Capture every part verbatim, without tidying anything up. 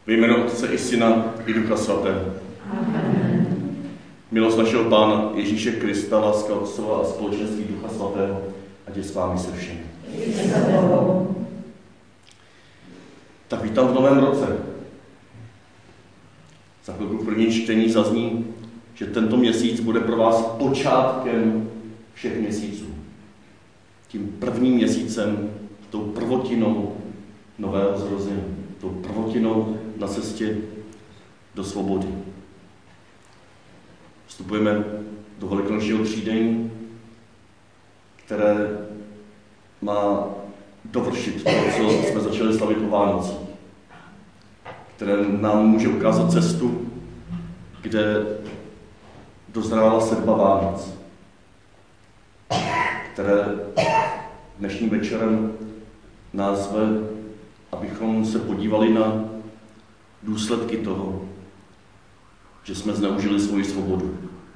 Ve jménu Otce i Syna i Ducha Svatého. Amen. Milost našeho Pána Ježíše Krista, láska Otcova a společenství Ducha Svatého, ať je s vámi se všemi. Tak vítám v novém roce. Za chvilku první čtení zazní, že tento měsíc bude pro vás počátkem všech měsíců. Tím prvním měsícem, tou prvotinou nového zrození, tou prvotinou na cestě do svobody. Vstupujeme do velikonočního třídení, které má dovršit to, co jsme začali slavit o Vánocích, které nám může ukázat cestu, kde dozrála sedba Vánoc, které dnešním večerem nás zve, abychom se podívali na důsledky toho, že jsme zneužili svoji svobodu.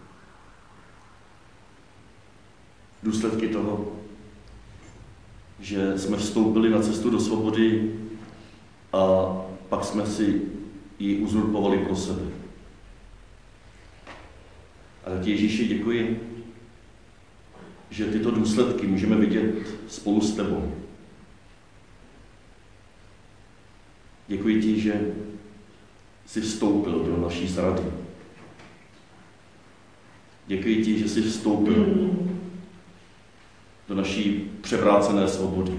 Důsledky toho, že jsme vstoupili na cestu do svobody a pak jsme si ji uzurpovali pro sebe. Ale ti Ježíši, děkuji, že tyto důsledky můžeme vidět spolu s tebou. Děkuji ti, že jsi vstoupil do naší zrady. Děkuji ti, že jsi vstoupil do naší převrácené svobody.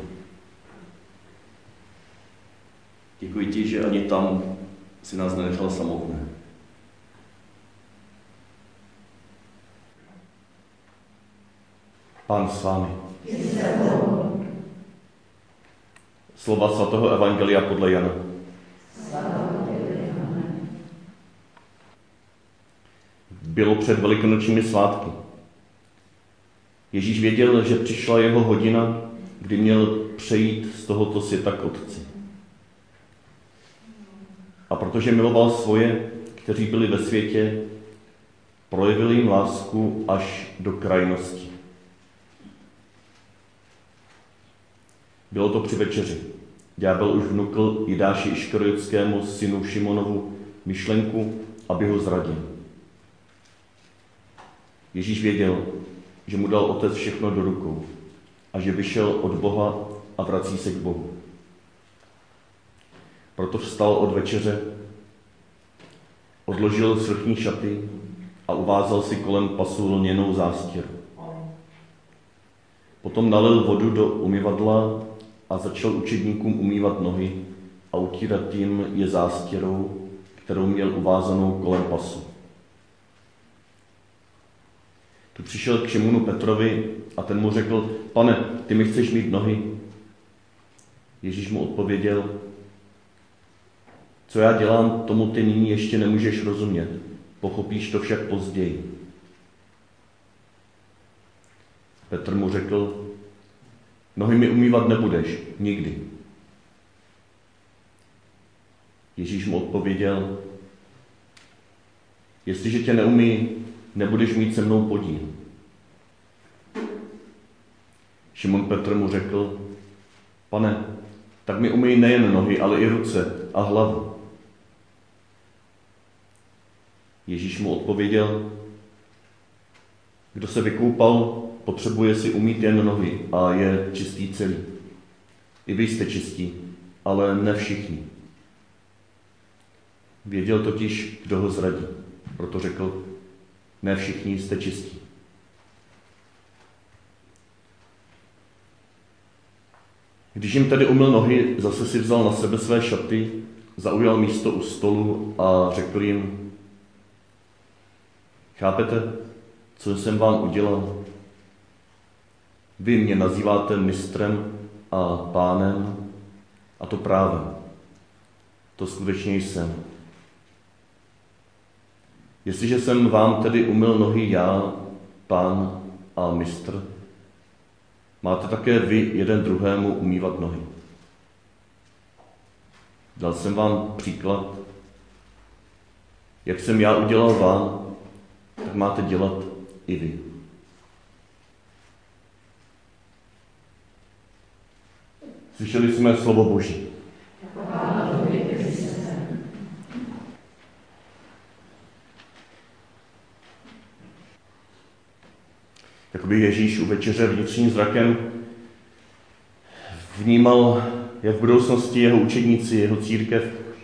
Děkuji ti, že ani tam si nás nenechal samotné. Pán s vámi. Slova svatého evangelia podle Jana. Bylo před velikonočními svátky. Ježíš věděl, že přišla jeho hodina, kdy měl přejít z tohoto světa k Otci. A protože miloval svoje, kteří byli ve světě, projevil jim lásku až do krajnosti. Bylo to při večeři. Ďábel už vnukl Jidáši Iškariotskému synu Šimonovu myšlenku, aby ho zradil. Ježíš věděl, že mu dal Otec všechno do rukou a že vyšel od Boha a vrací se k Bohu. Proto vstal od večeře, odložil srchní šaty a uvázal si kolem pasu lněnou zástěru. Potom nalil vodu do umyvadla a začal učedníkům umývat nohy a utírat jim je zástěrou, kterou měl uvázanou kolem pasu. Tu přišel k Šimonu Petrovi a ten mu řekl: Pane, ty mi chceš mít nohy? Ježíš mu odpověděl: Co já dělám, tomu ty nyní ještě nemůžeš rozumět, pochopíš to však později. Petr mu řekl: Nohy mi umývat nebudeš, nikdy. Ježíš mu odpověděl: Jestliže tě neumí, nebudeš mít se mnou podíl. Šimon Petr mu řekl: Pane, tak mi umyj nejen nohy, ale i ruce a hlavu. Ježíš mu odpověděl: Kdo se vykoupal, potřebuje si umýt jen nohy a je čistý celý. I vy jste čistí, ale ne všichni. Věděl totiž, kdo ho zradí, proto řekl: Ne všichni jste čistí. Když jim tedy umyl nohy, zase si vzal na sebe své šaty, zaujal místo u stolu a řekl jim: Chápete, co jsem vám udělal? Vy mě nazýváte mistrem a pánem, a to právem. To skutečně jsem. Jestliže jsem vám tedy umyl nohy já, pán a mistr, máte také vy jeden druhému umývat nohy. Dal jsem vám příklad, jak jsem já udělal vám, tak máte dělat i vy. Slyšeli jsme slovo Boží. Jakoby Ježíš u večeře vnitřním zrakem vnímal, jak v budoucnosti jeho učedníci, jeho církev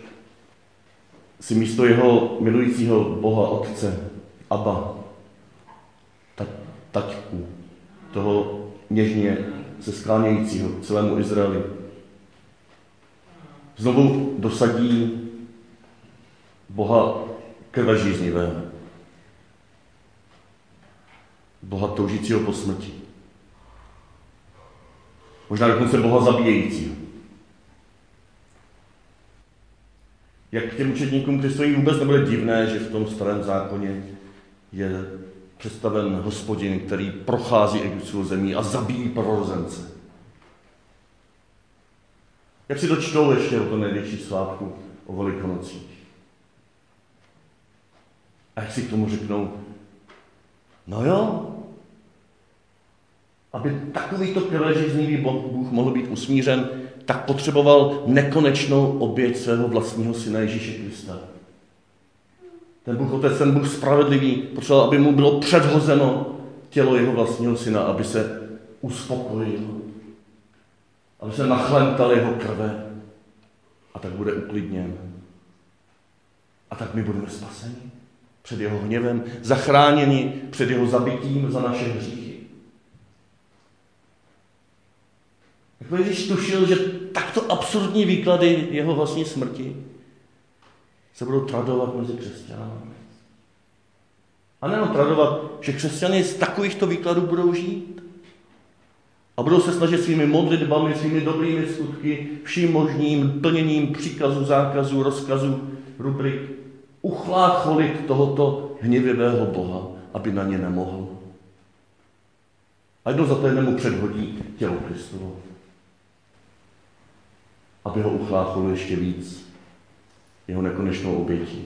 si místo jeho milujícího Boha Otce, Abba, ta, taťku, toho něžně se sklánějícího k celému Izraeli, znovu dosadí Boha krvežíznivého, Boha toužícího po smrti. Možná dokonce Boha zabíjejícího. Jak těm učedníkům Kristovým vůbec nebude divné, že v tom starém zákoně je představen Hospodin, který prochází egyptskou zemí a zabíjí prvorozence. Jak si dočtou ještě o tom největší svátku, o Velikonocích. A jak si k tomu řeknou, no jo, aby takovýto krvežíznivý Bůh mohl být usmířen, tak potřeboval nekonečnou oběť svého vlastního syna Ježíše Krista. Ten Bůh Otec, ten Bůh spravedlivý, potřeboval, aby mu bylo předhozeno tělo jeho vlastního syna, aby se uspokojil, aby se nachlental jeho krve a tak bude uklidněn. A tak my budeme spaseni před jeho hněvem, zachráněni před jeho zabitím za naše hříchy. Jako Ježíš tušil, že takto absurdní výklady jeho vlastní smrti se budou tradovat mezi křesťany. A nejenom tradovat, že křesťané z takovýchto výkladů budou žít. A budou se snažit svými modlitbami, svými dobrými skutky, vším možným plněním příkazů, zákazů, rozkazů, rubrik, uchlácholit tohoto hněvivého Boha, aby na ně nemohl. A jednou za týden mu předhodí tělo Kristovo, aby ho uchlácholil ještě víc jeho nekonečnou obětí.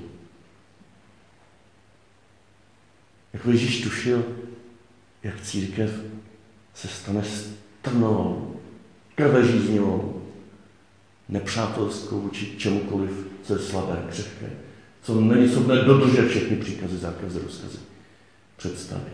Jako Ježíš tušil, jak církev se stane strnovou, krvežíznivou, nepřátelskou vůči čemukoliv, co je slabé, křehké, co není schopné dodržet všechny příkazy, zákazy, rozkazy, představy.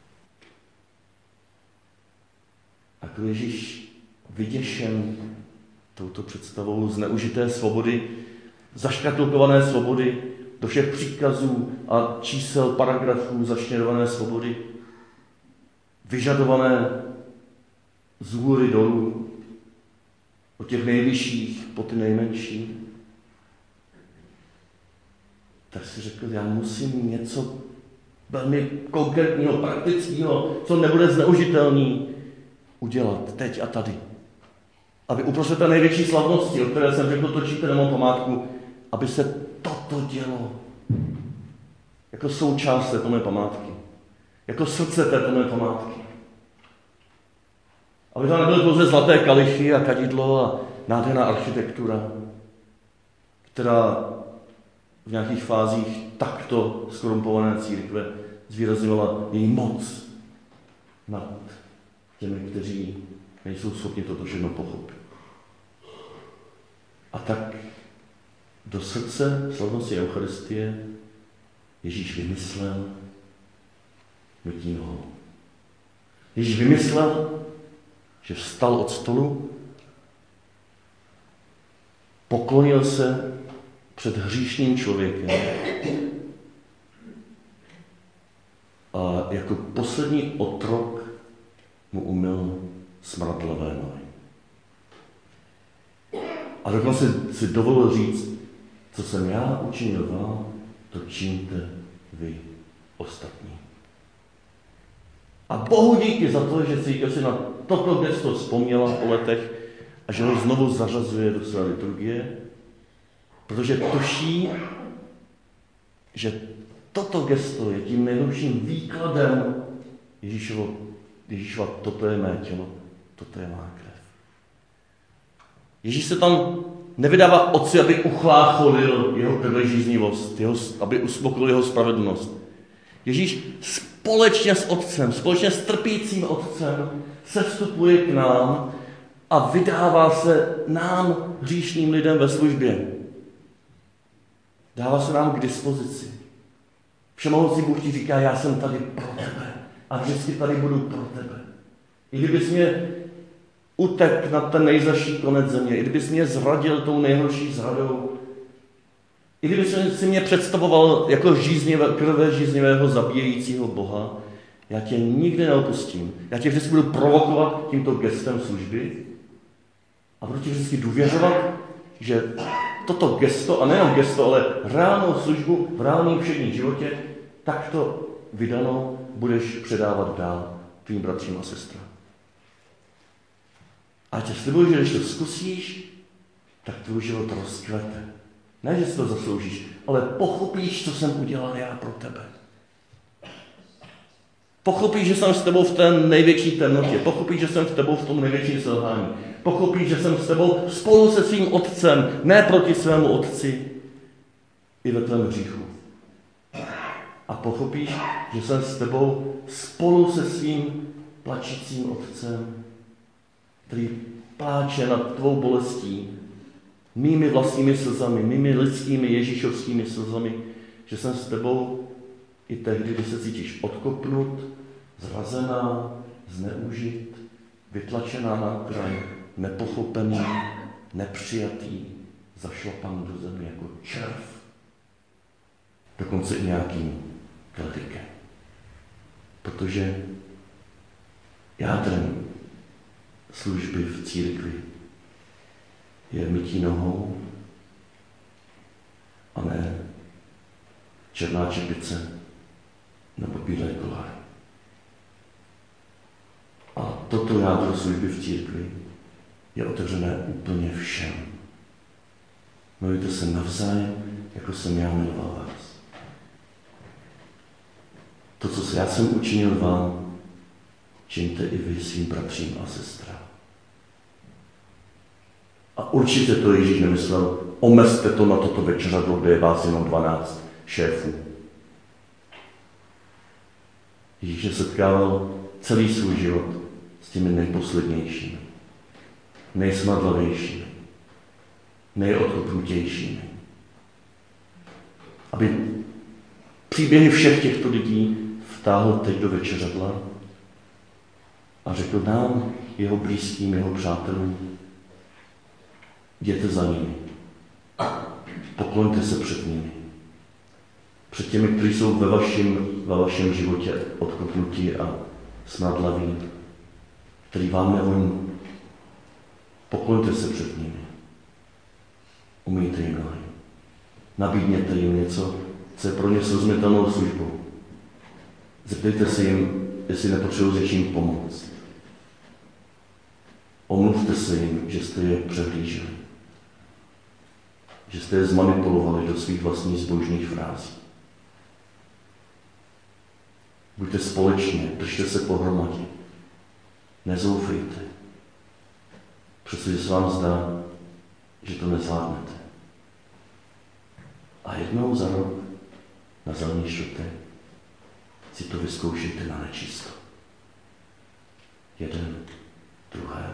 A jako Ježíš vyděšen touto představou zneužité svobody, zaškatulkované svobody, do všech příkazů a čísel, paragrafů zašněrované svobody, vyžadované z hůry dolů, od těch nejvyšších po ty nejmenší, tak si řekl, já musím něco velmi konkrétního, praktického, co nebude zneužitelný, udělat teď a tady. Aby uprostřed té největší slavnosti, o které jsem řekl, točíte na mou památku, aby se toto dělo jako součást této mé památky, jako srdce této mé památky. Aby to nebyly pouze zlaté kalichy a kadidlo a nádherná architektura, která v nějakých fázích takto skorumpované církve zvýrazňovala její moc nad těmi, kteří nejsou schopni toto všechno pochopit. A tak do srdce slavnosti Eucharistie Ježíš vymyslel mytí nohou. Ježíš vymyslel, že vstal od stolu, poklonil se před hříšným člověkem a jako poslední otrok mu umyl smradlavé nohy. A dokonce si dovolil říct, co jsem já učinil vám, to čiňte vy ostatní. A Bohu díky za to, že církev si na toto gesto vzpomněla po letech a že ho znovu zařazuje do své liturgie, protože tuší, že toto gesto je tím nejlepším výkladem Ježíšovo, Ježíšova, toto je mé tělo, toto je má krev. Ježíš se tam nevydává otci, aby uchlácholil jeho krvežíznivost, jeho, aby uspokojil jeho spravedlnost. Ježíš společně s otcem, společně s trpícím otcem sestupuje k nám a vydává se nám, hříšným lidem, ve službě. Dává se nám k dispozici. Všemohoucí Bůh ti říká, já jsem tady pro tebe, a vždycky tady budu pro tebe. I kdybys mě utek na ten nejzaší konec země, i kdybys mě zradil tou nejhorší zradou, i kdybys si mě představoval jako žíznivé, krve žíznivého zabíjejícího Boha, já tě nikdy neopustím. Já tě vždycky budu provokovat tímto gestem služby a budu ti vždycky důvěřovat, že toto gesto, a nejenom gesto, ale reálnou službu v reálném všedním životě, takto vydanou budeš předávat dál tvým bratřím a sestrám. A tě slibuji, že když to zkusíš, tak tvůj život rozkvete. Ne, že si to zasloužíš, ale pochopíš, co jsem udělal já pro tebe. Pochopíš, že jsem s tebou v té největší temnotě. Pochopíš, že jsem s tebou v tom největším selhání. Pochopíš, že jsem s tebou spolu se svým otcem, ne proti svému otci, i ve tvém hříchu. A pochopíš, že jsem s tebou spolu se svým plačícím otcem, který pláče nad tvou bolestí, mými vlastními slzami, mými lidskými ježíšovskými slzami, že jsem s tebou i tehdy, kdy se cítíš odkopnut, zrazená, zneužit, vytlačená na kraj, nepochopený, nepřijatý, zašlapan do země jako červ, dokonce i nějakým kladikem. Protože jádrem služby v církvi je mytí nohou a ne černá čepice nebo bílé koláry. A toto jádro služby v církvi je otevřené úplně všem. Milujte se navzájem, jako jsem já miloval vás. To, co já jsem učinil vám, čiňte i vy svým bratřím a sestrám. A určitě to Ježíš nemyslel, omezte to na toto večeřadlo, kde je vás jenom dvanáct šéfů. Ježíš se setkával celý svůj život s těmi nejposlednějšími, nejsmadlavějšími, nejodkopnutějšími. Aby příběhy všech těchto lidí vtáhl teď do večeřadla a řekl nám, jeho blízkým, jeho přátelům, jděte za nimi. Pokloňte se před nimi. Před těmi, kteří jsou ve vašem, ve vašem životě odkopnutí a smradlaví, který vám nevoní. Pokloňte se před nimi. Umýjte jim nohy. Nabídněte jim něco, co je pro ně srozumitelnou službou. Zeptejte se jim, jestli nepotřebují s něčím pomoct. Omluvte se jim, že jste je přehlíželi. Že jste je zmanipulovali do svých vlastních zbožných frází. Buďte společně, držte se pohromadě. Nezoufejte. Přestože se vám zdá, že to nezvládnete. A jednou za rok na zelený čtvrtek si to vyzkoušejte na nečisto. Jeden druhého.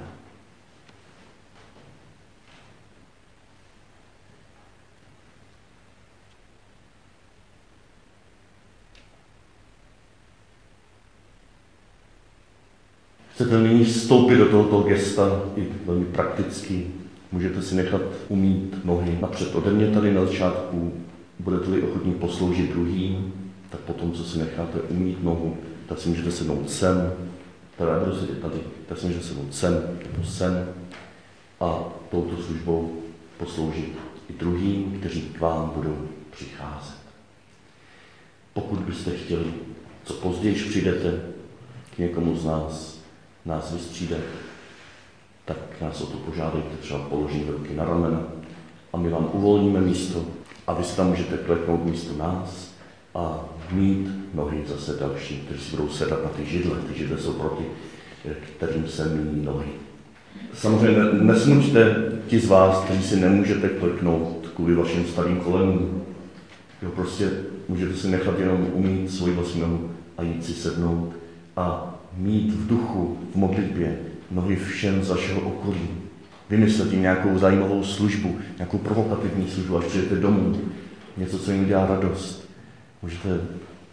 Chcete nyní vstoupit do tohoto gesta i velmi prakticky. Můžete si nechat umýt nohy napřed ode mě tady na začátku. Budete-li ochotní posloužit druhým, tak potom, co si necháte umýt nohu, tak si můžete sednout sem, teda kdo sedí tady, tak si můžete sednout sem nebo sem a touto službou posloužit i druhým, kteří k vám budou přicházet. Pokud byste chtěli, co později přijdete k někomu z nás, nás vystřídat, tak nás o to požádejte, třeba položíme ruky na ramena a my vám uvolníme místo a vy si tam můžete kleknout místo nás a mít nohy zase další, kteří si budou sedat na ty židle. Ty židle jsou proti, kterým se míjí nohy. Samozřejmě nesmuďte ti z vás, kteří si nemůžete kleknout kvůli vašim starým kolenům. Jo, prostě můžete si nechat jenom umýt svoji vlastní nohu a jít si sednout a mít v duchu, v modlitbě nohy všem z vašeho okolí. Vymyslet jim nějakou zajímavou službu, nějakou provokativní službu, až přijdete domů. Něco, co jim dělá radost. Můžete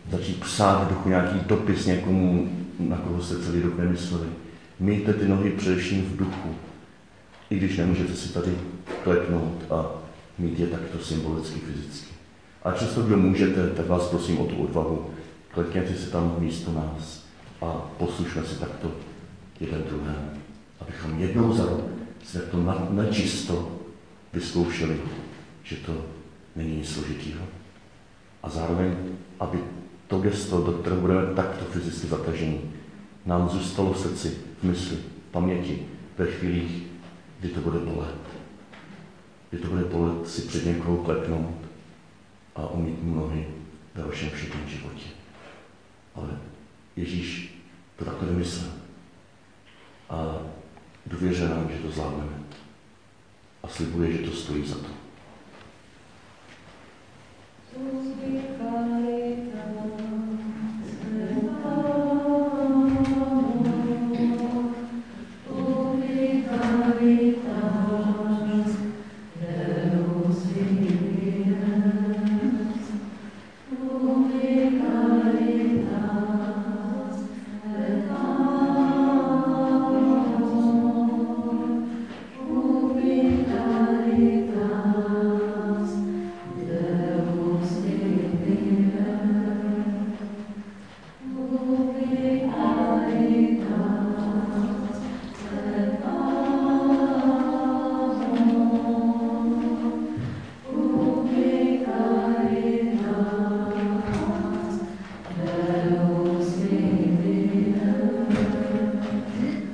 začít psát duchu nějaký dopis někomu, na koho jste celý rok nemysleli. Mějte ty nohy především v duchu, i když nemůžete si tady klepnout a mít je takto symbolicky, fyzicky. A často, kdo můžete, tak vás prosím o tu odvahu. Klekněte si tam místo nás a poslušme si takto jeden druhému. Abychom jednou za rok se to na, na čisto vyzkoušeli, že to není nic složitýho. A zároveň, aby to gesto, do kterého budeme takto fyzicky zatažení, nám zůstalo v srdci, v mysli, v paměti, ve chvílích, kdy to bude bolet. Kdy to bude bolet si před někoho klepnout a umýt mu nohy ve vašem všedním životě. Ale Ježíš to takhle vymyslel. A důvěřuje nám, že to zvládneme. A slibuje, že to stojí za to.